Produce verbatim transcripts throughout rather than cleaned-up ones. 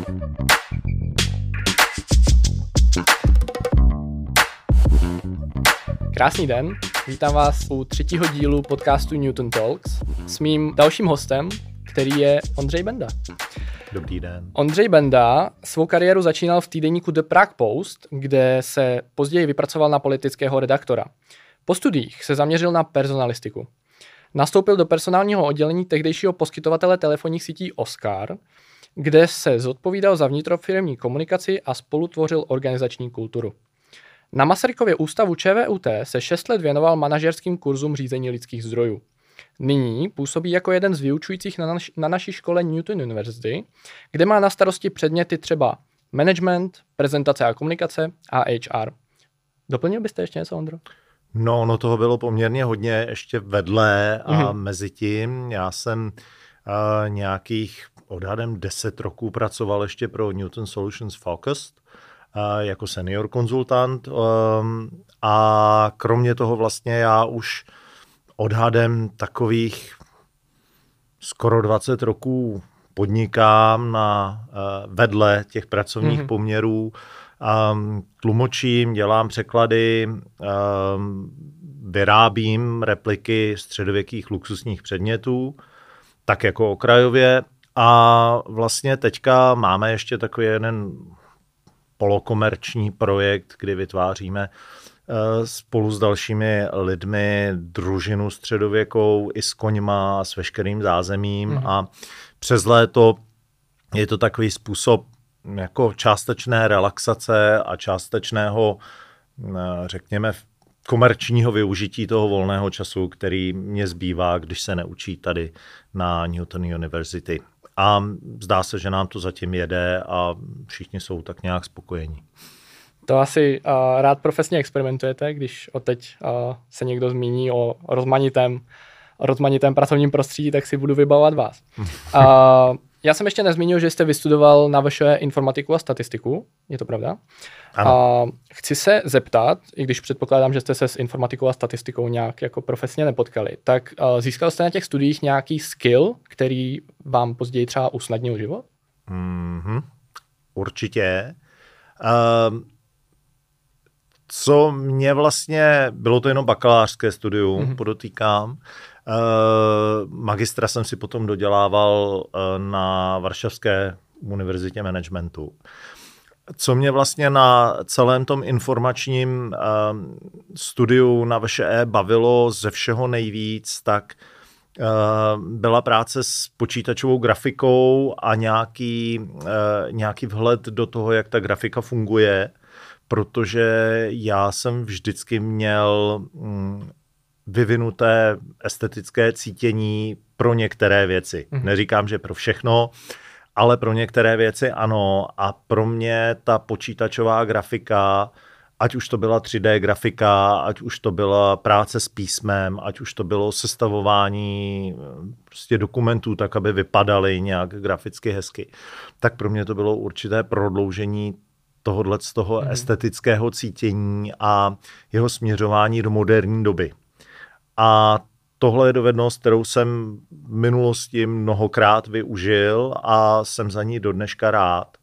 Krásný den, vítám vás u třetího dílu podcastu Newton Talks s mým dalším hostem, který je Ondřej Benda. Dobrý den. Ondřej Benda svou kariéru začínal v týdeníku The Prague Post, kde se později vypracoval na politického redaktora. Po studiích se zaměřil na personalistiku. Nastoupil do personálního oddělení tehdejšího poskytovatele telefonních sítí Oscar, kde se zodpovídal za vnitrofiremní komunikaci a spolutvořil organizační kulturu. Na Masarykově ústavu ČVUT se šest let věnoval manažerským kurzům řízení lidských zdrojů. Nyní působí jako jeden z vyučujících na, naš, na naší škole Newton University, kde má na starosti předměty třeba management, prezentace a komunikace a H R. Doplnil byste ještě něco, Ondro? No, no toho bylo poměrně hodně ještě vedle a mm-hmm. mezi tím já jsem uh, nějakých odhadem deset roků pracoval ještě pro Newton Solutions Focused uh, jako senior konzultant um, a kromě toho vlastně já už odhadem takových skoro dvacet roků podnikám na uh, vedle těch pracovních mm-hmm. poměrů. Um, tlumočím, dělám překlady, um, vyrábím repliky středověkých luxusních předmětů, tak jako okrajově. A vlastně teďka máme ještě takový jeden polokomerční projekt, kdy vytváříme uh, spolu s dalšími lidmi družinu středověkou i s koňma a s veškerým zázemím. Mm. A přes léto je to takový způsob jako částečné relaxace a částečného, řekněme, komerčního využití toho volného času, který mě zbývá, když se neučí tady na Newton University. A zdá se, že nám to zatím jede a všichni jsou tak nějak spokojení. To asi uh, rád profesně experimentujete, když odteď uh, se někdo zmíní o rozmanitém, o rozmanitém pracovním prostředí, tak si budu vybavovat vás. uh, Já jsem ještě nezmínil, že jste vystudoval na V Š E informatiku a statistiku, je to pravda? Ano. A chci se zeptat, i když předpokládám, že jste se s informatikou a statistikou nějak jako profesně nepotkali, tak uh, získal jste na těch studiích nějaký skill, který vám později třeba usnadnil život? Mm-hmm. Určitě. Uh, co mě vlastně, bylo to jenom bakalářské studium, mm-hmm. podotýkám. Uh, magistra jsem si potom dodělával uh, na Varšavské univerzitě managementu. Co mě vlastně na celém tom informačním uh, studiu na V Š E bavilo ze všeho nejvíc, tak uh, byla práce s počítačovou grafikou a nějaký, uh, nějaký vhled do toho, jak ta grafika funguje, protože já jsem vždycky měl mm, vyvinuté estetické cítění pro některé věci. Mm-hmm. Neříkám, že pro všechno, ale pro některé věci ano. A pro mě ta počítačová grafika, ať už to byla tři dé grafika, ať už to byla práce s písmem, ať už to bylo sestavování prostě dokumentů tak, aby vypadaly nějak graficky hezky, tak pro mě to bylo určité prodloužení tohodle z toho mm-hmm. estetického cítění a jeho směřování do moderní doby. A tohle je dovednost, kterou jsem v minulosti mnohokrát využil a jsem za ní do dneška rád.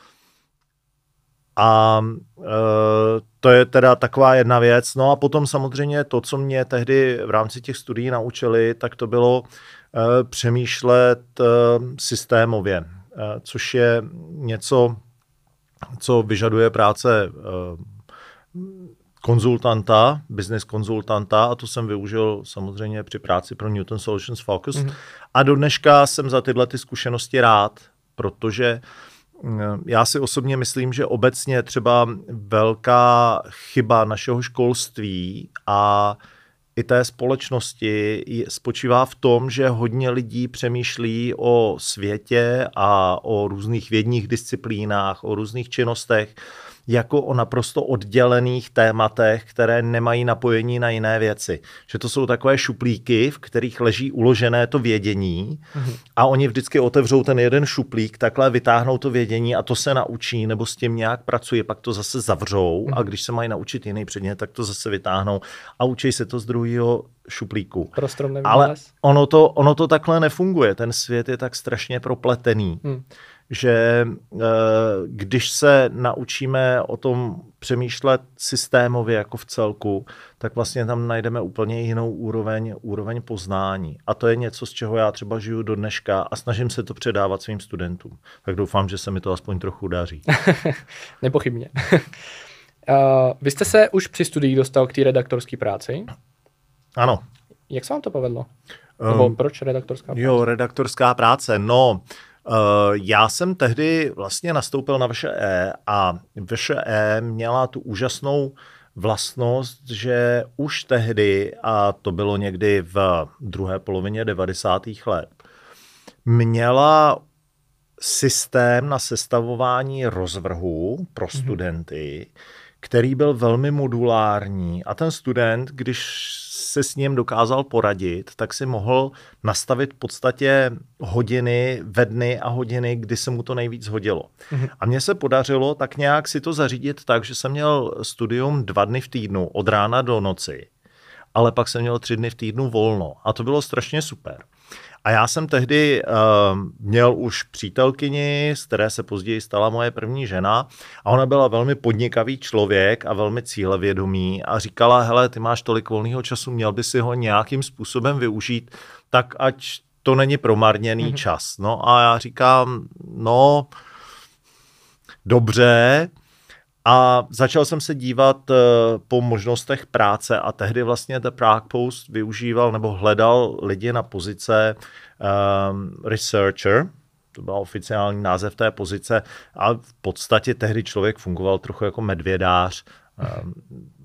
A e, to je teda taková jedna věc. No a potom samozřejmě to, co mě tehdy v rámci těch studií naučili, tak to bylo e, přemýšlet e, systémově, e, což je něco, co vyžaduje práce e, konzultanta, business konzultanta, a to jsem využil samozřejmě při práci pro Newton Solutions Focus. Mm-hmm. A do dneška jsem za tyhle ty zkušenosti rád, protože já si osobně myslím, že obecně třeba velká chyba našeho školství a i té společnosti spočívá v tom, že hodně lidí přemýšlí o světě a o různých vědních disciplínách, o různých činnostech, jako o naprosto oddělených tématech, které nemají napojení na jiné věci. Že to jsou takové šuplíky, v kterých leží uložené to vědění mm-hmm. a oni vždycky otevřou ten jeden šuplík, takhle vytáhnou to vědění a to se naučí, nebo s tím nějak pracují, pak to zase zavřou mm-hmm. a když se mají naučit jiný předmět, tak to zase vytáhnou a učí se to z druhého šuplíku. Ale ono to, ono to takhle nefunguje. Ten svět je tak strašně propletený, mm. že když se naučíme o tom přemýšlet systémově jako v celku, tak vlastně tam najdeme úplně jinou úroveň, úroveň poznání. A to je něco, z čeho já třeba žiju do dneška a snažím se to předávat svým studentům. Tak doufám, že se mi to aspoň trochu daří. Nepochybně. uh, vy jste se už při studiích dostal k té redaktorské práci? Ano. Jak se vám to povedlo? Nebo um, proč redaktorská práce? Jo, redaktorská práce. No, uh, já jsem tehdy vlastně nastoupil na V Š E a V Š E měla tu úžasnou vlastnost, že už tehdy, a to bylo někdy v druhé polovině devadesátých let, měla systém na sestavování rozvrhů pro studenty, mm-hmm. který byl velmi modulární a ten student, když se s ním dokázal poradit, tak si mohl nastavit v podstatě hodiny ve dny a hodiny, kdy se mu to nejvíc hodilo. Mm-hmm. A mně se podařilo tak nějak si to zařídit tak, že jsem měl studium dva dny v týdnu, od rána do noci, ale pak jsem měl tři dny v týdnu volno a to bylo strašně super. A já jsem tehdy uh, měl už přítelkyni, z které se později stala moje první žena a ona byla velmi podnikavý člověk a velmi cílevědomý a říkala, hele, ty máš tolik volného času, měl by si ho nějakým způsobem využít, tak ať to není promarněný mm-hmm. čas. No a já říkám, no, dobře. A začal jsem se dívat uh, po možnostech práce a tehdy vlastně The Prague Post využíval nebo hledal lidi na pozice um, researcher, to byl oficiální název té pozice a v podstatě tehdy člověk fungoval trochu jako medvědář. Um,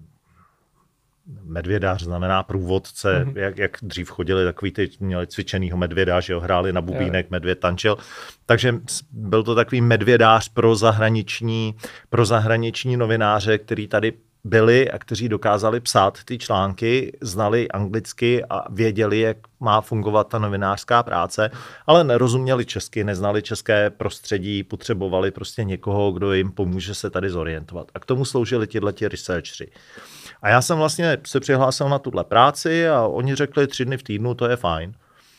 medvědář znamená průvodce, mm-hmm. jak, jak dřív chodili takový ty, měli cvičenýho medvěda, že ho hráli na bubínek, yeah. medvěd tančil. Takže byl to takový medvědář pro zahraniční, pro zahraniční novináře, který tady byli a kteří dokázali psát ty články, znali anglicky a věděli, jak má fungovat ta novinářská práce, ale nerozuměli česky, neznali české prostředí, potřebovali prostě někoho, kdo jim pomůže se tady zorientovat. A k tomu sloužili tihleti researchři. A já jsem vlastně se přihlásil na tuhle práci a oni řekli tři dny v týdnu, to je fajn.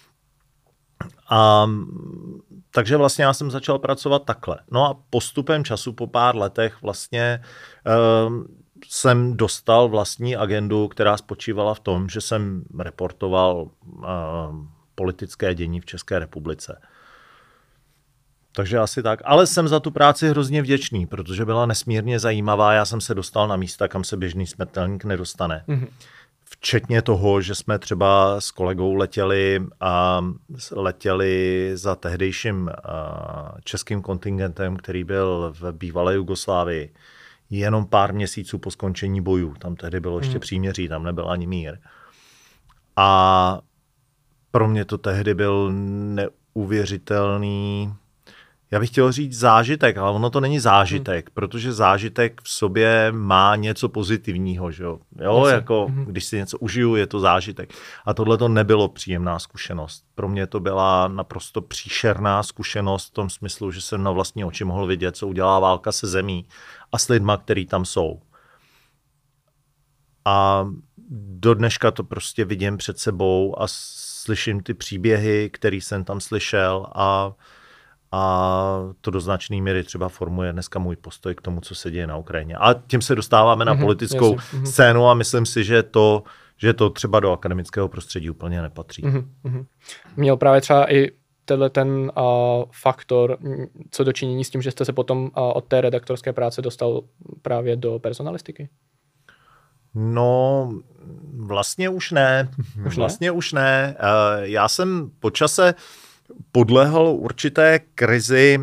A takže vlastně já jsem začal pracovat takhle. No a postupem času po pár letech vlastně um, jsem dostal vlastní agendu, která spočívala v tom, že jsem reportoval um, politické dění v České republice. Takže asi tak. Ale jsem za tu práci hrozně vděčný, protože byla nesmírně zajímavá. Já jsem se dostal na místa, kam se běžný smrtelník nedostane. Mm-hmm. Včetně toho, že jsme třeba s kolegou letěli a letěli za tehdejším českým kontingentem, který byl v bývalé Jugoslávii, jenom pár měsíců po skončení bojů. Tam tehdy bylo ještě mm. příměří, tam nebyl ani mír. A pro mě to tehdy byl neuvěřitelný, já bych chtěl říct zážitek, ale ono to není zážitek, hmm. protože zážitek v sobě má něco pozitivního, že jo? Jo, jako hmm. když si něco užiju, je to zážitek. A tohle to nebylo příjemná zkušenost. Pro mě to byla naprosto příšerná zkušenost v tom smyslu, že jsem na vlastní oči mohl vidět, co udělá válka se zemí a s lidma, který tam jsou. A do dneška to prostě vidím před sebou a slyším ty příběhy, které jsem tam slyšel a A to do značné míry třeba formuje dneska můj postoj k tomu, co se děje na Ukrajině. A tím se dostáváme na mm-hmm, politickou jasně, scénu a myslím si, že to, že to třeba do akademického prostředí úplně nepatří. Mm-hmm. Měl právě třeba i tenhle ten uh, faktor, co dočinění s tím, že jste se potom uh, od té redaktorské práce dostal právě do personalistiky? No, vlastně už ne. Už vlastně ne? už ne. Uh, já jsem po čase podlehl určité krizi,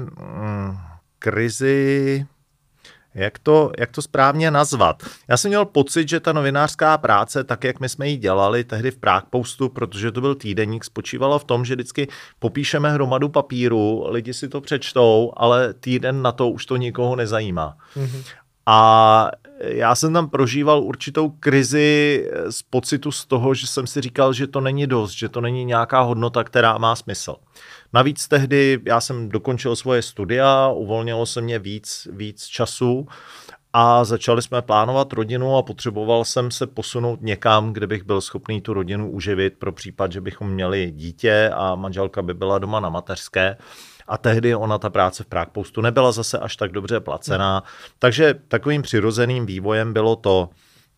krizi, jak to, jak to správně nazvat. Já jsem měl pocit, že ta novinářská práce, tak jak my jsme ji dělali tehdy v Prague Postu, protože to byl týdeník, spočívalo v tom, že vždycky popíšeme hromadu papíru, lidi si to přečtou, ale týden na to už to nikoho nezajímá. Mm-hmm. A já jsem tam prožíval určitou krizi z pocitu z toho, že jsem si říkal, že to není dost, že to není nějaká hodnota, která má smysl. Navíc tehdy já jsem dokončil svoje studia, uvolnilo se mě víc, víc času a začali jsme plánovat rodinu a potřeboval jsem se posunout někam, kde bych byl schopný tu rodinu uživit pro případ, že bychom měli dítě a manželka by byla doma na mateřské. A tehdy ona ta práce v Prague Postu nebyla zase až tak dobře placená. Takže takovým přirozeným vývojem bylo to,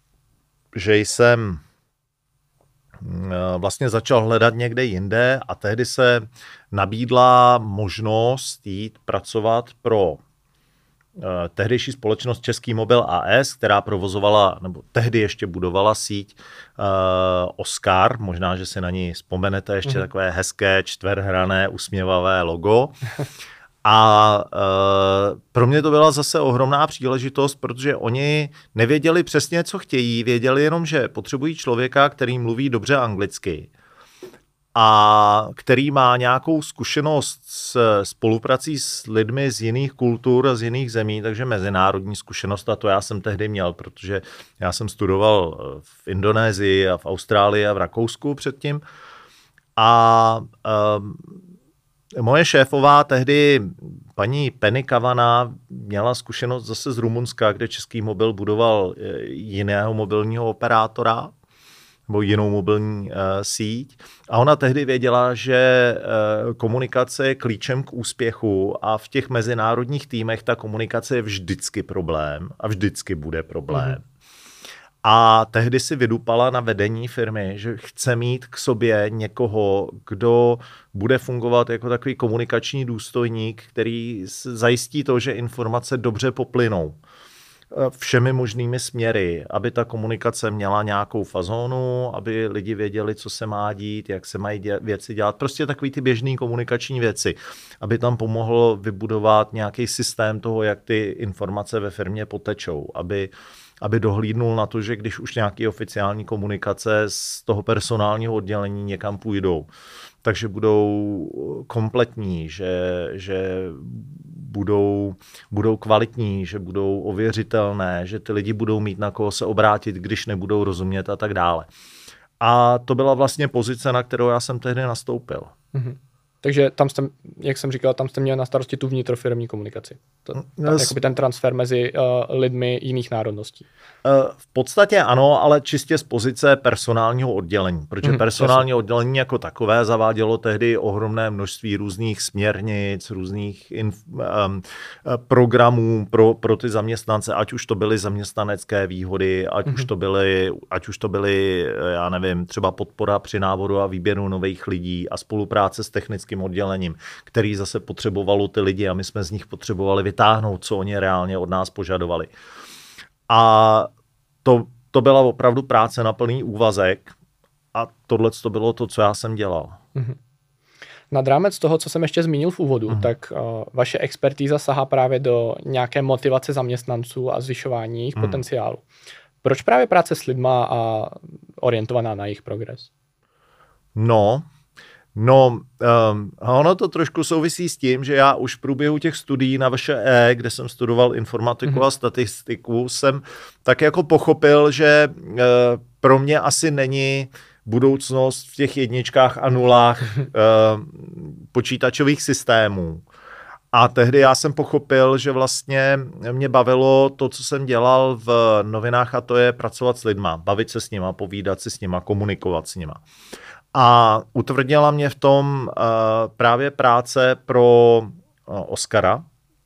že jsem vlastně začal hledat někde jinde a tehdy se nabídla možnost jít pracovat pro tehdejší společnost Český mobil A S, která provozovala, nebo tehdy ještě budovala síť uh, Oscar, možná, že si na ní vzpomenete, ještě mm-hmm. takové hezké, čtverhrané, usměvavé logo. A uh, pro mě to byla zase ohromná příležitost, protože oni nevěděli přesně, co chtějí, věděli jenom, že potřebují člověka, který mluví dobře anglicky a který má nějakou zkušenost s spoluprací s lidmi z jiných kultur a z jiných zemí, takže mezinárodní zkušenost, a to já jsem tehdy měl, protože já jsem studoval v Indonésii a v Austrálii a v Rakousku předtím. A um, moje šéfová tehdy, paní Penny Kavana, měla zkušenost zase z Rumunska, kde Český mobil budoval jiného mobilního operátora, nebo jinou mobilní uh, síť. A ona tehdy věděla, že uh, komunikace je klíčem k úspěchu a v těch mezinárodních týmech ta komunikace je vždycky problém a vždycky bude problém. Mm-hmm. A tehdy si vydupala na vedení firmy, že chce mít k sobě někoho, kdo bude fungovat jako takový komunikační důstojník, který zajistí to, že informace dobře poplynou všemi možnými směry, aby ta komunikace měla nějakou fazónu, aby lidi věděli, co se má dít, jak se mají dě- věci dělat. Prostě takový ty běžný komunikační věci, aby tam pomohlo vybudovat nějaký systém toho, jak ty informace ve firmě potečou, aby aby dohlídnul na to, že když už nějaké oficiální komunikace z toho personálního oddělení někam půjdou, takže budou kompletní, že, že budou, budou kvalitní, že budou ověřitelné, že ty lidi budou mít na koho se obrátit, když nebudou rozumět a tak dále. A to byla vlastně pozice, na kterou já jsem tehdy nastoupil. Mm-hmm. Takže tam jste, jak jsem říkal, tam jste měl na starosti tu vnitrofiremní komunikaci. To, tam, yes. Jakoby ten transfer mezi uh, lidmi jiných národností. Uh, v podstatě ano, ale čistě z pozice personálního oddělení. Protože mm, personální jasný. oddělení jako takové zavádělo tehdy ohromné množství různých směrnic, různých inf, um, programů pro, pro ty zaměstnance, ať už to byly zaměstnanecké výhody, ať, mm. už to byly, ať už to byly, já nevím, třeba podpora při náboru a výběru nových lidí a spolupráce s technickým oddělením, který zase potřebovalo ty lidi a my jsme z nich potřebovali vytáhnout, co oni reálně od nás požadovali. A to, to byla opravdu práce na plný úvazek a tohle to bylo to, co já jsem dělal. Mm-hmm. Nad rámec toho, co jsem ještě zmínil v úvodu, mm-hmm. tak uh, vaše expertíza sahá právě do nějaké motivace zaměstnanců a zvyšování jejich mm-hmm. potenciálu. Proč právě práce s lidma a orientovaná na jejich progres? No, No, um, ono to trošku souvisí s tím, že já už v průběhu těch studií na V Š E, kde jsem studoval informatiku mm-hmm. a statistiku, jsem tak jako pochopil, že uh, pro mě asi není budoucnost v těch jedničkách a nulách uh, počítačových systémů. A tehdy já jsem pochopil, že vlastně mě bavilo to, co jsem dělal v novinách, a to je pracovat s lidma, bavit se s nima, povídat si s nima, komunikovat s nima. A utvrdila mě v tom uh, právě práce pro uh, Oscara,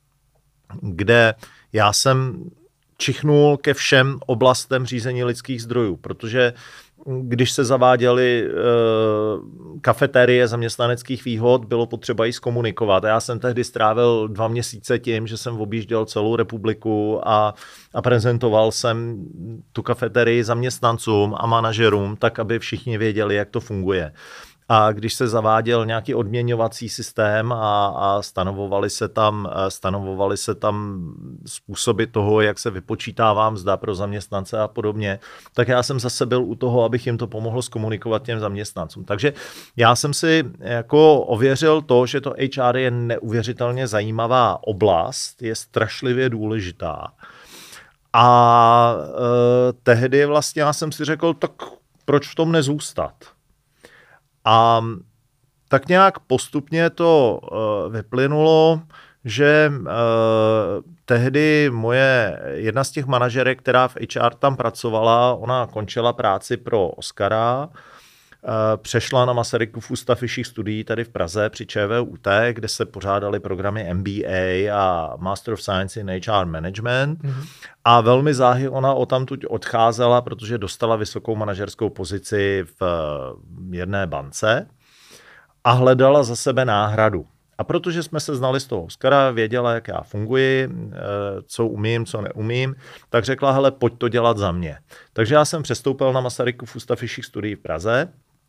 kde já jsem čichnul ke všem oblastem řízení lidských zdrojů, protože když se zaváděly uh, kafeterie zaměstnaneckých výhod, bylo potřeba jí zkomunikovat. A já jsem tehdy strávil dva měsíce tím, že jsem objížděl celou republiku a, a prezentoval jsem tu kafeterii zaměstnancům a manažerům, tak aby všichni věděli, jak to funguje. A když se zaváděl nějaký odměňovací systém a, a stanovovaly se tam, stanovovaly se tam způsoby toho, jak se vypočítává mzda pro zaměstnance a podobně, tak já jsem zase byl u toho, abych jim to pomohl zkomunikovat těm zaměstnancům. Takže já jsem si jako ověřil to, že to H R je neuvěřitelně zajímavá oblast, je strašlivě důležitá. A e, tehdy vlastně já jsem si řekl, tak proč v tom nezůstat? A tak nějak postupně to uh, vyplynulo, že uh, tehdy moje jedna z těch manažerek, která v H R tam pracovala, ona končila práci pro Oscara, přešla na Masarykův ústav vyšších studií tady v Praze při ČVUT, kde se pořádaly programy M B A a Master of Science in H R Management. Mm-hmm. A velmi záhy ona odtamtud odcházela, protože dostala vysokou manažerskou pozici v jedné bance a hledala za sebe náhradu. A protože jsme se znali z toho Oskara, věděla, jak já funguji, co umím, co neumím, tak řekla, hele, pojď to dělat za mě. Takže já jsem přestoupil na Masarykův ústav vyšších studií v Praze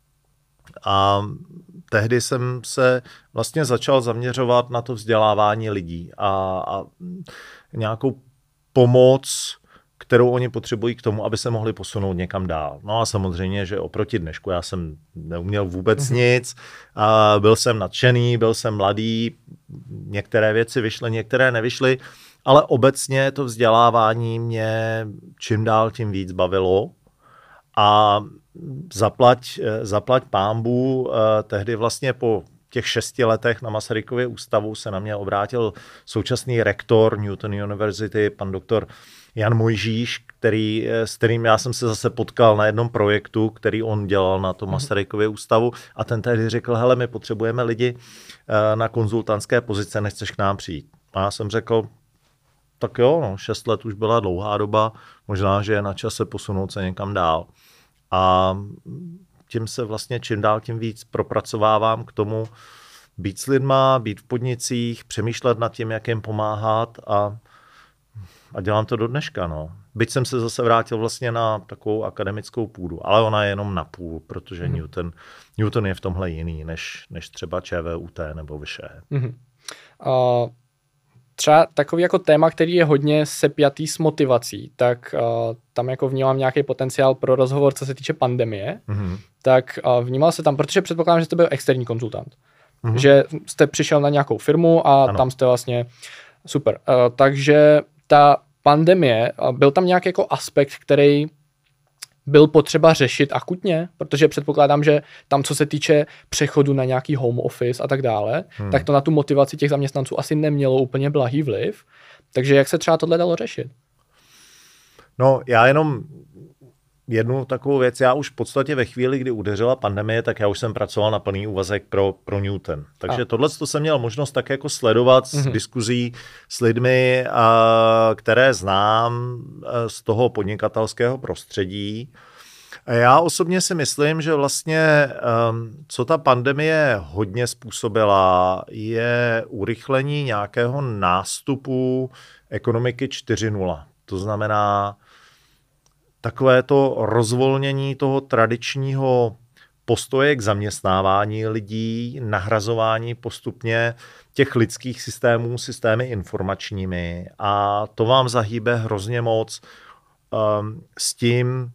a tehdy jsem se vlastně začal zaměřovat na to vzdělávání lidí a, a nějakou pomoc, kterou oni potřebují k tomu, aby se mohli posunout někam dál. No a samozřejmě, že oproti dnešku já jsem neuměl vůbec nic, a byl jsem nadšený, byl jsem mladý, některé věci vyšly, některé nevyšly, ale obecně to vzdělávání mě čím dál tím víc bavilo a zaplať, zaplať pánbů, tehdy vlastně po těch šesti letech na Masarykově ústavu se na mě obrátil současný rektor Newton University, pan doktor Jan Mojžíš, který, s kterým já jsem se zase potkal na jednom projektu, který on dělal na tom Masarykově ústavu a ten tehdy řekl, hele, my potřebujeme lidi na konzultantské pozice, nechceš k nám přijít. A já jsem řekl, tak jo, no, šest let už byla dlouhá doba, možná, že je na čase posunout se někam dál. A tím se vlastně čím dál tím víc propracovávám k tomu být s lidma, být v podnicích, přemýšlet nad tím, jak jim pomáhat a, a dělám to do dneška. No. Byť jsem se zase vrátil vlastně na takovou akademickou půdu, ale ona je jenom na půl, protože hmm. Newton, Newton je v tomhle jiný, než, než třeba ČVUT nebo vyšší. Hmm. Uh... Třeba takový jako téma, který je hodně sepjatý s motivací, tak uh, tam jako vnímám nějaký potenciál pro rozhovor, co se týče pandemie, mm-hmm. tak uh, vnímal se tam, protože předpokládám, že jste byl externí konzultant, mm-hmm. že jste přišel na nějakou firmu a ano. tam jste vlastně super. Uh, takže ta pandemie, uh, byl tam nějaký jako aspekt, který byl potřeba řešit akutně, protože předpokládám, že tam, co se týče přechodu na nějaký home office a tak dále, hmm. tak to na tu motivaci těch zaměstnanců asi nemělo úplně blahý vliv. Takže jak se třeba tohle dalo řešit? No, já jenom jednu takovou věc, já už v podstatě ve chvíli, kdy udeřila pandemie, tak já už jsem pracoval na plný úvazek pro, pro Newton. Takže a. tohle jsem měl možnost tak jako sledovat s mm-hmm. diskuzí s lidmi, a, které znám z toho podnikatelského prostředí. A já osobně si myslím, že vlastně co ta pandemie hodně způsobila, je urychlení nějakého nástupu ekonomiky čtyři tečka nula. To znamená takové to rozvolnění toho tradičního postoje k zaměstnávání lidí, nahrazování postupně těch lidských systémů systémy informačními. A to vám zahýbe hrozně moc um, s tím,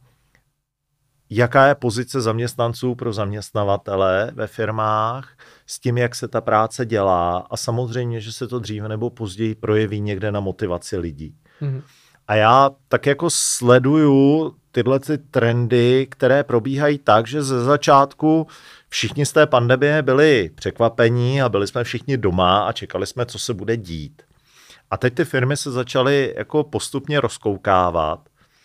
jaká je pozice zaměstnanců pro zaměstnavatele ve firmách, s tím, jak se ta práce dělá a samozřejmě, že se to dříve nebo později projeví někde na motivaci lidí. Mm-hmm. A já tak jako sleduju tyhle ty trendy, které probíhají tak, že ze začátku všichni z té pandemie byli překvapení a byli jsme všichni doma a čekali jsme, co se bude dít. A teď ty firmy se začaly jako postupně rozkoukávat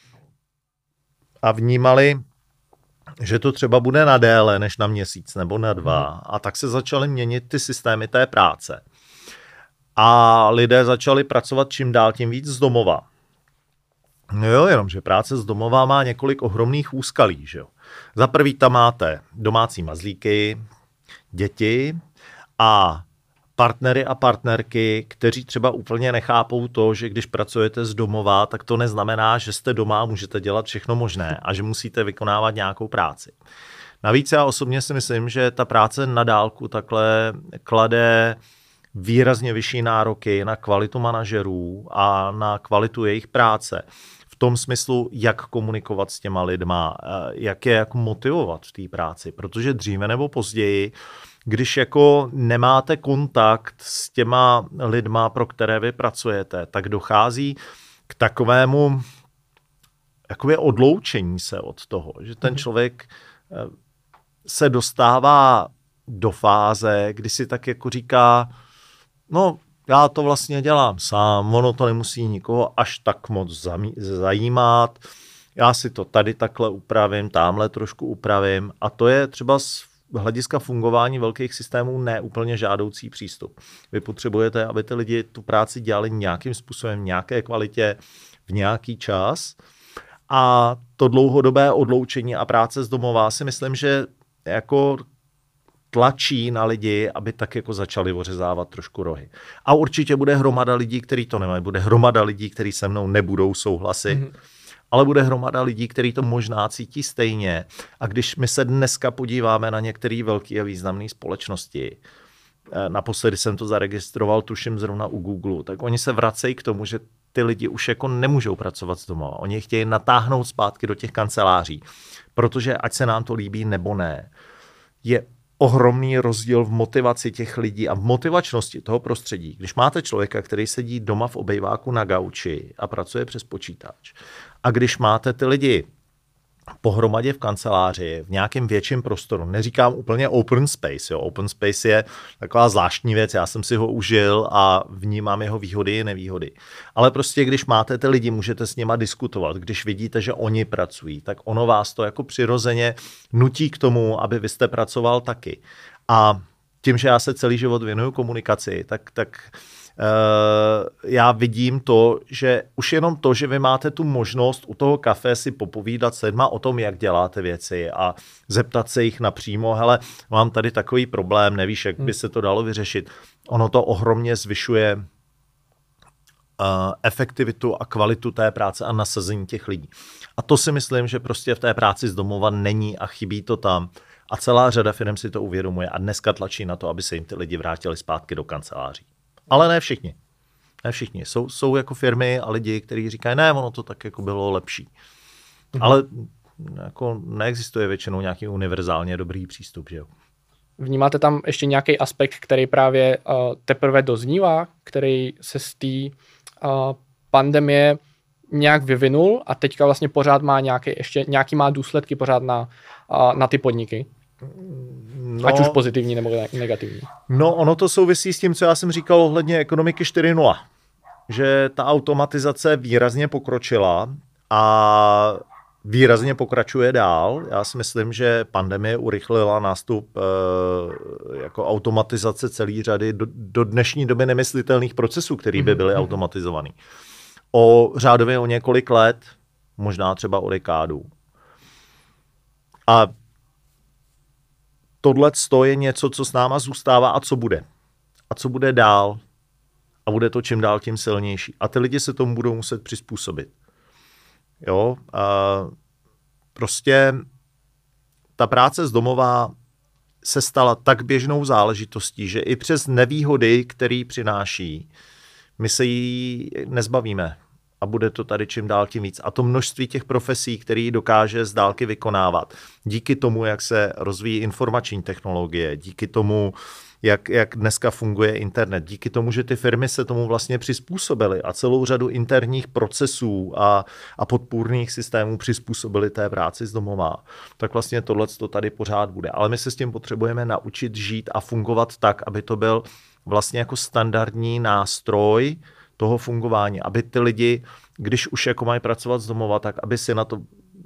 a vnímali, že to třeba bude na déle než na měsíc nebo na dva. Hmm. A tak se začaly měnit ty systémy té práce. A lidé začali pracovat čím dál tím víc z domova. No jo, jenomže práce z domova má několik ohromných úskalí. Že jo? Za prvý tam máte domácí mazlíky, děti a partnery a partnerky, kteří třeba úplně nechápou to, že když pracujete z domova, tak to neznamená, že jste doma a můžete dělat všechno možné a že musíte vykonávat nějakou práci. Navíc já osobně si myslím, že ta práce na dálku takhle klade výrazně vyšší nároky na kvalitu manažerů a na kvalitu jejich práce. V tom smyslu, jak komunikovat s těma lidma, jak je jak motivovat v té práci, protože dříve nebo později, když jako nemáte kontakt s těma lidma, pro které vy pracujete, tak dochází k takovému jakoby odloučení se od toho, že ten člověk se dostává do fáze, kdy si tak jako říká, no já to vlastně dělám sám, ono to nemusí nikoho až tak moc zajímat, já si to tady takhle upravím, tamhle trošku upravím a to je třeba z hlediska fungování velkých systémů neúplně žádoucí přístup. Vy potřebujete, aby ty lidi tu práci dělali nějakým způsobem, v nějaké kvalitě, v nějaký čas a to dlouhodobé odloučení a práce z domova si myslím, že jako tlačí na lidi, aby tak jako začali ořezávat trošku rohy. A určitě bude hromada lidí, kteří to nemají. Bude hromada lidí, kteří se mnou nebudou souhlasit, mm-hmm. ale bude hromada lidí, kteří to možná cítí stejně. A když my se dneska podíváme na některé velké a významné společnosti, naposledy jsem to zaregistroval, tuším zrovna u Google, tak oni se vracejí k tomu, že ty lidi už jako nemůžou pracovat z domova. Oni chtějí natáhnout zpátky do těch kanceláří, protože ať se nám to líbí nebo ne, je ohromný rozdíl v motivaci těch lidí a v motivačnosti toho prostředí. Když máte člověka, který sedí doma v obejváku na gauči a pracuje přes počítač, a když máte ty lidi pohromadě v kanceláři, v nějakém větším prostoru, neříkám úplně open space, jo. Open space je taková zvláštní věc, já jsem si ho užil a vnímám jeho výhody i nevýhody. Ale prostě, když máte ty lidi, můžete s nima diskutovat, když vidíte, že oni pracují, tak ono vás to jako přirozeně nutí k tomu, aby vy jste pracoval taky. A tím, že já se celý život věnuju komunikaci, tak, tak Uh, já vidím to, že už jenom to, že vy máte tu možnost u toho kafe si popovídat s lidma o tom, jak děláte věci a zeptat se jich napřímo, hele, mám tady takový problém, nevíš, jak by se to dalo vyřešit. Ono to ohromně zvyšuje uh, efektivitu a kvalitu té práce a nasazení těch lidí. A to si myslím, že prostě v té práci z domova není a chybí to tam. A celá řada firm si to uvědomuje a dneska tlačí na to, aby se jim ty lidi vrátili zpátky do kanceláří. Ale ne všichni. Ne všichni. Jsou, jsou jako firmy a lidi, kteří říkají, ne, ono to tak jako bylo lepší. Mhm. Ale jako neexistuje většinou nějaký univerzálně dobrý přístup, že jo. Vnímáte tam ještě nějaký aspekt, který právě uh, teprve doznívá, který se z té uh, pandemie nějak vyvinul a teďka vlastně pořád má nějaký, ještě nějaký má důsledky pořád na, uh, na ty podniky? No, ať už pozitivní nebo negativní. No, ono to souvisí s tím, co já jsem říkal ohledně ekonomiky čtyři tečka nula. Že ta automatizace výrazně pokročila a výrazně pokračuje dál. Já si myslím, že pandemie urychlila nástup e, jako automatizace celé řady do, do dnešní doby nemyslitelných procesů, které by byly mm-hmm. automatizované. O řádově o několik let, možná třeba o dekádu. A tohle je něco, co s náma zůstává a co bude. A co bude dál. A bude to čím dál tím silnější. A ty lidi se tomu budou muset přizpůsobit. Jo. A prostě ta práce z domova se stala tak běžnou záležitostí, že i přes nevýhody, které přináší, my se jí nezbavíme. A bude to tady čím dál tím víc. A to množství těch profesí, které dokáže z dálky vykonávat. Díky tomu, jak se rozvíjí informační technologie, díky tomu, jak, jak dneska funguje internet, díky tomu, že ty firmy se tomu vlastně přizpůsobily a celou řadu interních procesů a, a podpůrných systémů přizpůsobily té práci z domova, tak vlastně tohle to tady pořád bude. Ale my se s tím potřebujeme naučit žít a fungovat tak, aby to byl vlastně jako standardní nástroj toho fungování, aby ty lidi, když už jako mají pracovat z domova, tak aby si na to,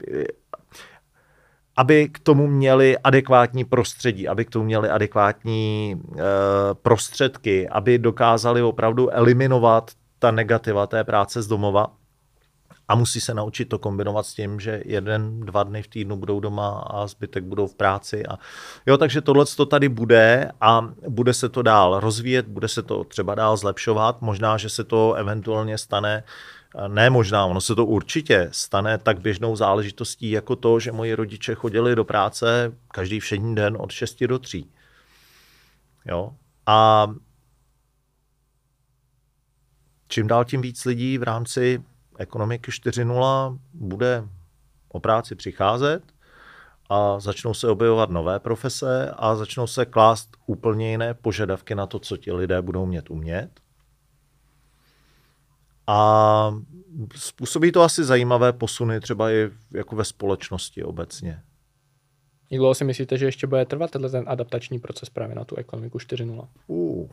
aby k tomu měli adekvátní prostředí, aby k tomu měli adekvátní e, prostředky, aby dokázali opravdu eliminovat ta negativa té práce z domova a musí se naučit to kombinovat s tím, že jeden, dva dny v týdnu budou doma a zbytek budou v práci. A jo, takže tohle to tady bude a bude se to dál rozvíjet, bude se to třeba dál zlepšovat. Možná, že se to eventuálně stane, ne možná, ono se to určitě stane tak běžnou záležitostí jako to, že moji rodiče chodili do práce každý všední den od šesti do tří. Jo, a čím dál tím víc lidí v rámci ekonomiky čtyři tečka nula bude o práci přicházet a začnou se objevovat nové profese a začnou se klást úplně jiné požadavky na to, co ti lidé budou mět umět. A způsobí to asi zajímavé posuny třeba i jako ve společnosti obecně. Jak dlouho si myslíte, že ještě bude trvat ten adaptační proces právě na tu ekonomiku čtyři tečka nula? Uh.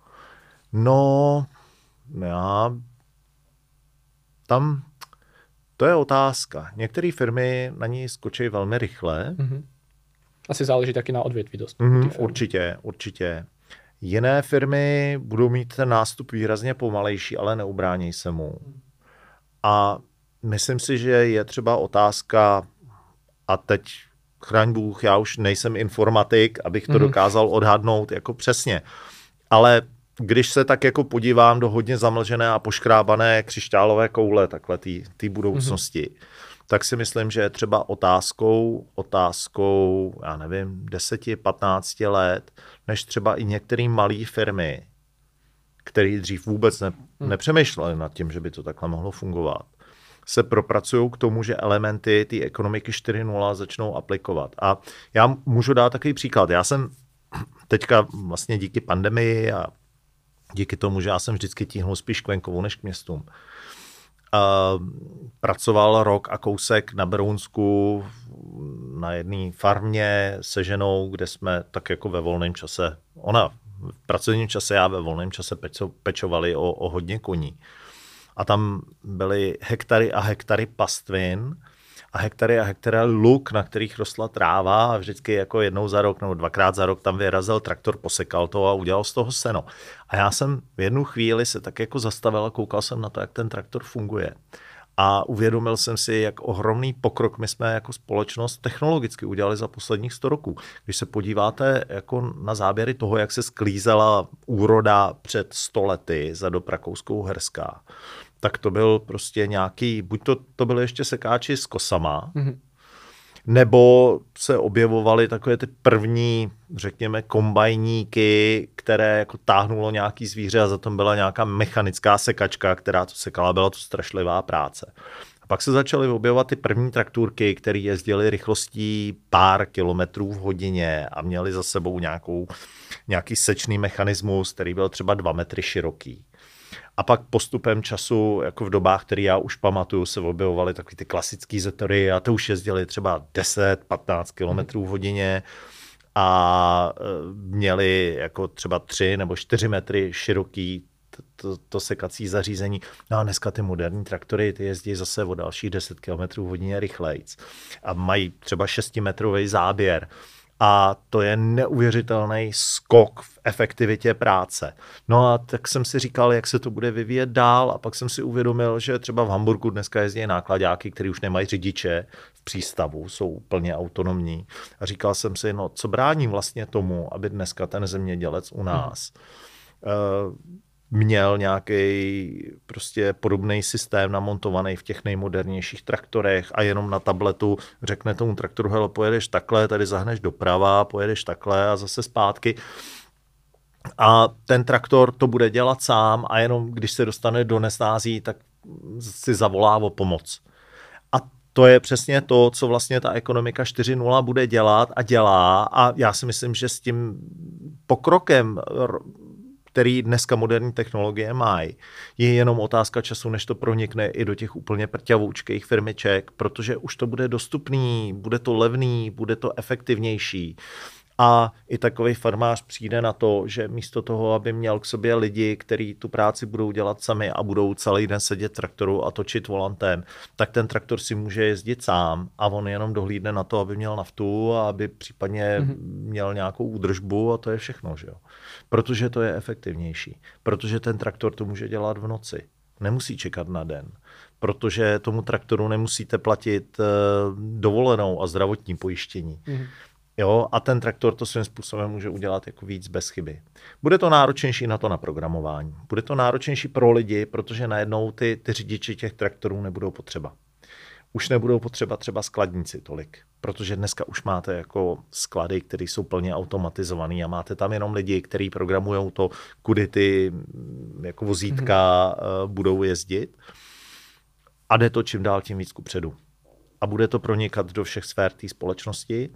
No, já tam To je otázka. Některé firmy na ní skočí velmi rychle. Mm-hmm. Asi záleží taky na odvětví dost. Mm, určitě, určitě. Jiné firmy budou mít ten nástup výrazně pomalejší, ale neubránějí se mu. A myslím si, že je třeba otázka, a teď chraň Bůh, já už nejsem informatik, abych to mm-hmm. dokázal odhadnout jako přesně. Ale když se tak jako podívám do hodně zamlžené a poškrábané křišťálové koule, takhle té budoucnosti, mm-hmm. tak si myslím, že je třeba otázkou, otázkou, já nevím, deseti, patnácti let, než třeba i některé malé firmy, které dřív vůbec ne, mm. nepřemýšlely nad tím, že by to takhle mohlo fungovat, se propracují k tomu, že elementy té ekonomiky čtyři tečka nula začnou aplikovat. A já můžu dát takový příklad. Já jsem teďka vlastně díky pandemii a díky tomu, že já jsem vždycky tíhnul spíš k venkovu než k městům, Uh, pracoval rok a kousek na Berounsku na jedné farmě se ženou, kde jsme tak jako ve volném čase, ona v pracovním čase, já ve volném čase pečo, pečovali o, o hodně koní. A tam byly hektary a hektary pastvin a hektary a hektary luk, na kterých rostla tráva a vždycky jako jednou za rok nebo dvakrát za rok tam vyrazil traktor, posekal to a udělal z toho seno. A já jsem v jednu chvíli se tak jako zastavil a koukal jsem na to, jak ten traktor funguje. A uvědomil jsem si, jak ohromný pokrok my jsme jako společnost technologicky udělali za posledních sto roků. Když se podíváte jako na záběry toho, jak se sklízela úroda před sto lety za dob Rakousko-Uherská, tak to byl prostě nějaký, buď to, to byly ještě sekáči s kosama, mm-hmm. nebo se objevovaly takové ty první, řekněme, kombajníky, které jako táhnulo nějaký zvíře a za tom byla nějaká mechanická sekačka, která to sekala, byla to strašlivá práce. A pak se začaly objevovat ty první traktůrky, které jezdily rychlostí pár kilometrů v hodině a měly za sebou nějakou, nějaký sečný mechanismus, který byl třeba dva metry široký. A pak postupem času, jako v dobách, které já už pamatuju, se objevovaly takový ty klasický zetory a to už jezdili třeba deset patnáct kilometrů v hodině a měli jako třeba tři nebo čtyři metry široký to, to, to sekací zařízení. No a dneska ty moderní traktory, ty jezdí zase o dalších deset kilometrů v hodině rychlejc a mají třeba šestimetrový záběr. A to je neuvěřitelný skok v efektivitě práce. No a tak jsem si říkal, jak se to bude vyvíjet dál a pak jsem si uvědomil, že třeba v Hamburgu dneska jezdí nákladáky, který už nemají řidiče v přístavu, jsou úplně autonomní. A říkal jsem si, no co brání vlastně tomu, aby dneska ten zemědělec u nás hmm. uh, měl nějaký prostě podobný systém namontovaný v těch nejmodernějších traktorech a jenom na tabletu řekne tomu traktoru, hele, pojedeš takhle, tady zahneš doprava, pojedeš takhle a zase zpátky. A ten traktor to bude dělat sám a jenom když se dostane do nesnází, tak si zavolá o pomoc. A to je přesně to, co vlastně ta ekonomika čtyři tečka nula bude dělat a dělá a já si myslím, že s tím pokrokem, který dneska moderní technologie mají, je jenom otázka času, než to pronikne i do těch úplně prťavoučkých firmiček, protože už to bude dostupný, bude to levný, bude to efektivnější. A i takový farmář přijde na to, že místo toho, aby měl k sobě lidi, kteří tu práci budou dělat sami a budou celý den sedět v traktoru a točit volantem, tak ten traktor si může jezdit sám a on jenom dohlídne na to, aby měl naftu a aby případně mm-hmm. měl nějakou údržbu a to je všechno, že jo. Protože to je efektivnější. Protože ten traktor to může dělat v noci. Nemusí čekat na den. Protože tomu traktoru nemusíte platit dovolenou a zdravotní pojištění. Mm-hmm. Jo, a ten traktor to svým způsobem může udělat jako víc bez chyby. Bude to náročnější na to naprogramování. Bude to náročnější pro lidi, protože najednou ty, ty řidiči těch traktorů nebudou potřeba. Už nebudou potřeba třeba skladníci tolik, protože dneska už máte jako sklady, které jsou plně automatizované a máte tam jenom lidi, kteří programujou to, kudy ty jako vozítka mm-hmm. budou jezdit. A jde to čím dál tím víc kupředu. A bude to pronikat do všech sfér té společnosti.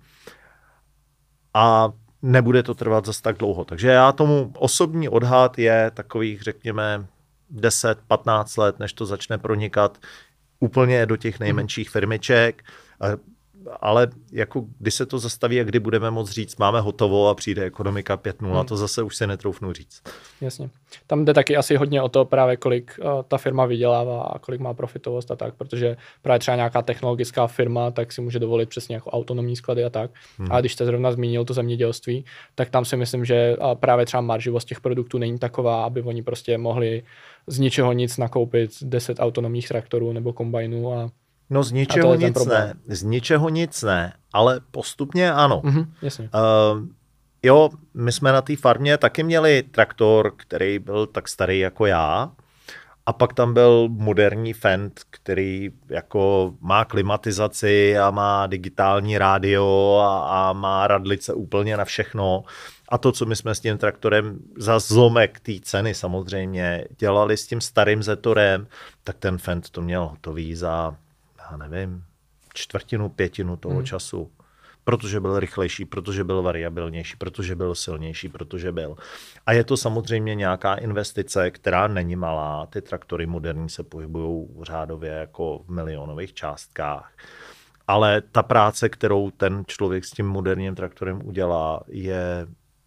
A nebude to trvat zase tak dlouho. Takže já tomu osobní odhad je takových, řekněme, deset patnáct let, než to začne pronikat úplně do těch nejmenších firmiček. ale jako kdy se to zastaví a kdy budeme moct říct, máme hotovo a přijde ekonomika pět nula, hmm. to zase už se netroufnu říct. Jasně. Tam jde taky asi hodně o to právě, kolik uh, ta firma vydělává a kolik má profitovost a tak, protože právě třeba nějaká technologická firma, tak si může dovolit přesně jako autonomní sklady a tak. Hmm. A když jste zrovna zmínil to zemědělství, tak tam si myslím, že uh, právě třeba marživost těch produktů není taková, aby oni prostě mohli z ničeho nic nakoupit deset autonomních traktorů nebo kombajnů a No z ničeho nic ne, z ničeho nic ne, ale postupně ano. Mm-hmm, jasně. Uh, jo, my jsme na té farmě taky měli traktor, který byl tak starý jako já, a pak tam byl moderní Fendt, který jako má klimatizaci a má digitální rádio a, a má radlice úplně na všechno. A to, co my jsme s tím traktorem za zlomek té ceny samozřejmě dělali s tím starým Zetorem, tak ten Fendt to měl hotový za, já nevím, čtvrtinu, pětinu toho hmm. času. Protože byl rychlejší, protože byl variabilnější, protože byl silnější, protože byl. A je to samozřejmě nějaká investice, která není malá. Ty traktory moderní se pohybují řádově jako v milionových částkách. Ale ta práce, kterou ten člověk s tím moderním traktorem udělá, je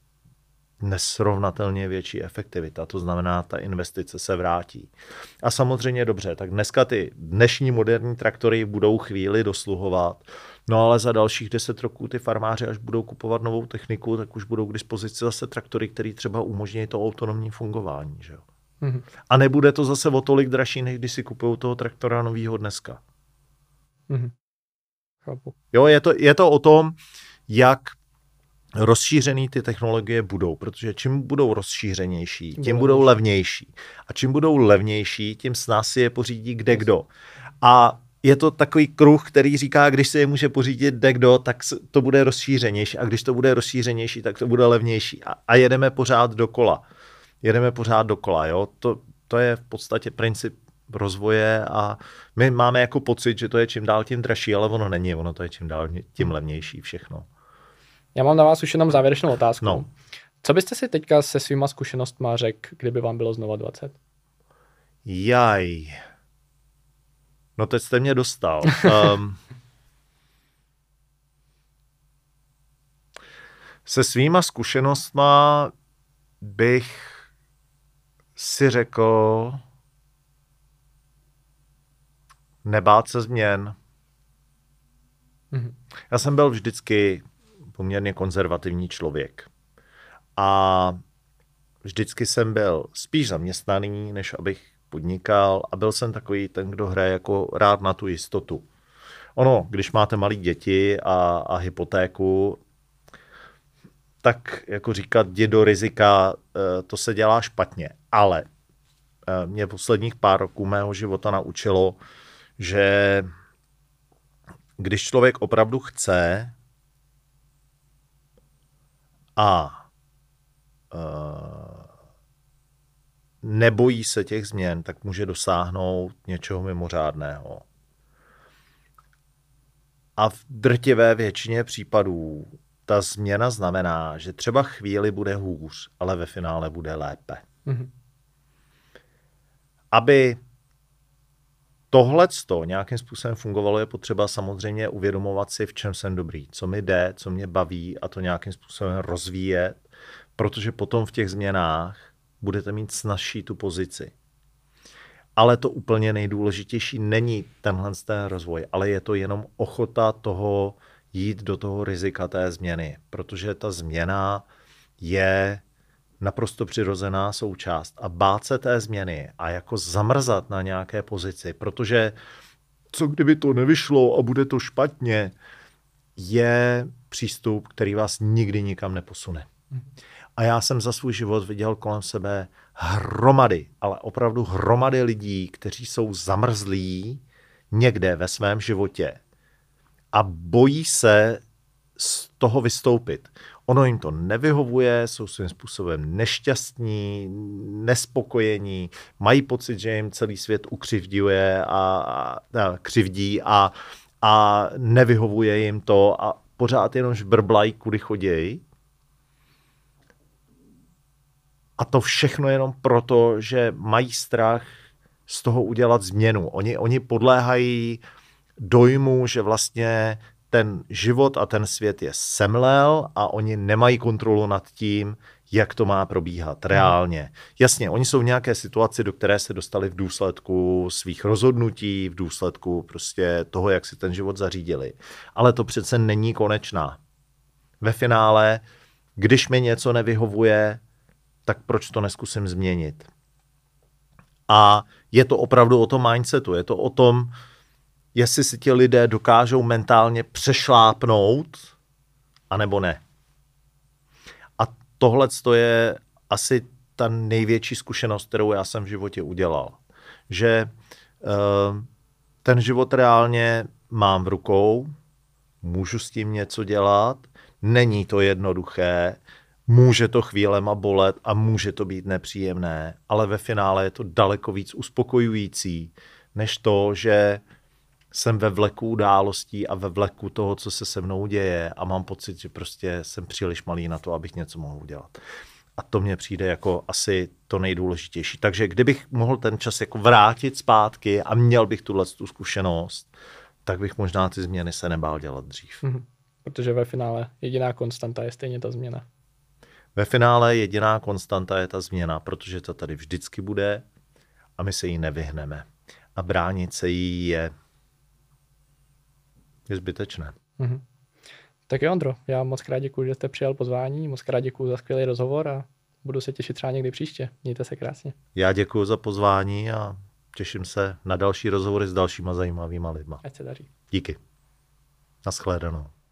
nesrovnatelně větší efektivita. To znamená, ta investice se vrátí. A samozřejmě dobře, tak dneska ty dnešní moderní traktory budou chvíli dosluhovat, no ale za dalších deset roků ty farmáři, až budou kupovat novou techniku, tak už budou k dispozici zase traktory, které třeba umožní to autonomní fungování. Že jo? Mm-hmm. A nebude to zase o tolik dražší, než když si kupují toho traktora novýho dneska. Mm-hmm. Chápu. Jo, je to, je to o tom, jak rozšířený ty technologie budou, protože čím budou rozšířenější, tím budou levnější. A čím budou levnější, tím s nás si je pořídí kde kdo. A je to takový kruh, který říká, když se je může pořídit kde kdo, tak to bude rozšířenější. A když to bude rozšířenější, tak to bude levnější. A, a jedeme pořád dokola. Jedeme pořád dokola. Jo? To, to je v podstatě princip rozvoje a my máme jako pocit, že to je čím dál tím dražší, ale ono není. Ono to je čím dál tím levnější všechno. Já mám na vás už jenom závěrečnou otázku. No. Co byste si teďka se svýma zkušenostma řekl, kdyby vám bylo znova dvacet? Jaj. No teď jste mě dostal. um, se svýma zkušenostma bych si řekl nebát se změn. Mm-hmm. Já jsem byl vždycky poměrně konzervativní člověk. A vždycky jsem byl spíš zaměstnaný, než abych podnikal a byl jsem takový ten, kdo hraje jako rád na tu jistotu. Ono, když máte malé děti a, a hypotéku, tak jako říkat jdi do rizika, to se dělá špatně. Ale mě posledních pár roků mého života naučilo, že když člověk opravdu chce a uh, nebojí se těch změn, tak může dosáhnout něčeho mimořádného. A v drtivé většině případů ta změna znamená, že třeba chvíli bude hůř, ale ve finále bude lépe. Mm-hmm. Aby tohleto nějakým způsobem fungovalo, je potřeba samozřejmě uvědomovat si, v čem jsem dobrý, co mi jde, co mě baví a to nějakým způsobem rozvíjet, protože potom v těch změnách budete mít snazší tu pozici. Ale to úplně nejdůležitější není tenhle ten rozvoj, ale je to jenom ochota toho jít do toho rizika té změny, protože ta změna je naprosto přirozená součást a bát se té změny a jako zamrzat na nějaké pozici, protože co kdyby to nevyšlo a bude to špatně, je přístup, který vás nikdy nikam neposune. A já jsem za svůj život viděl kolem sebe hromady, ale opravdu hromady lidí, kteří jsou zamrzlí někde ve svém životě a bojí se z toho vystoupit. Ono jim to nevyhovuje, jsou svým způsobem nešťastní, nespokojení, mají pocit, že jim celý svět ukřivďuje a, a, a křivdí a, a nevyhovuje jim to a pořád jenom žbrblají, kudy chodějí. A to všechno jenom proto, že mají strach z toho udělat změnu. Oni, oni podléhají dojmu, že vlastně ten život a ten svět je semlel a oni nemají kontrolu nad tím, jak to má probíhat reálně. Jasně, oni jsou v nějaké situaci, do které se dostali v důsledku svých rozhodnutí, v důsledku prostě toho, jak si ten život zařídili. Ale to přece není konečná. Ve finále, když mi něco nevyhovuje, tak proč to neskusím změnit? A je to opravdu o tom mindsetu, je to o tom, jestli si ti lidé dokážou mentálně přešlápnout, anebo ne. A tohle je asi ta největší zkušenost, kterou já jsem v životě udělal. Že uh, ten život reálně mám v rukou, můžu s tím něco dělat, není to jednoduché, může to chvílema bolet a může to být nepříjemné, ale ve finále je to daleko víc uspokojující, než to, že jsem ve vleku událostí a ve vleku toho, co se se mnou děje a mám pocit, že prostě jsem příliš malý na to, abych něco mohl udělat. A to mně přijde jako asi to nejdůležitější. Takže kdybych mohl ten čas jako vrátit zpátky a měl bych tuhle tu zkušenost, tak bych možná ty změny se nebál dělat dřív. Mm-hmm. Protože ve finále jediná konstanta je stejně ta změna. Ve finále jediná konstanta je ta změna, protože to tady vždycky bude a my se jí nevyhneme. A bránit se jí je, je zbytečné. Mm-hmm. Tak jo, Ondro, já moc krát děkuji, že jste přijal pozvání, moc krát děkuji za skvělý rozhovor a budu se těšit třeba někdy příště. Mějte se krásně. Já děkuji za pozvání a těším se na další rozhovory s dalšíma zajímavýma lidma. Ať se daří. Díky. Naschledanou.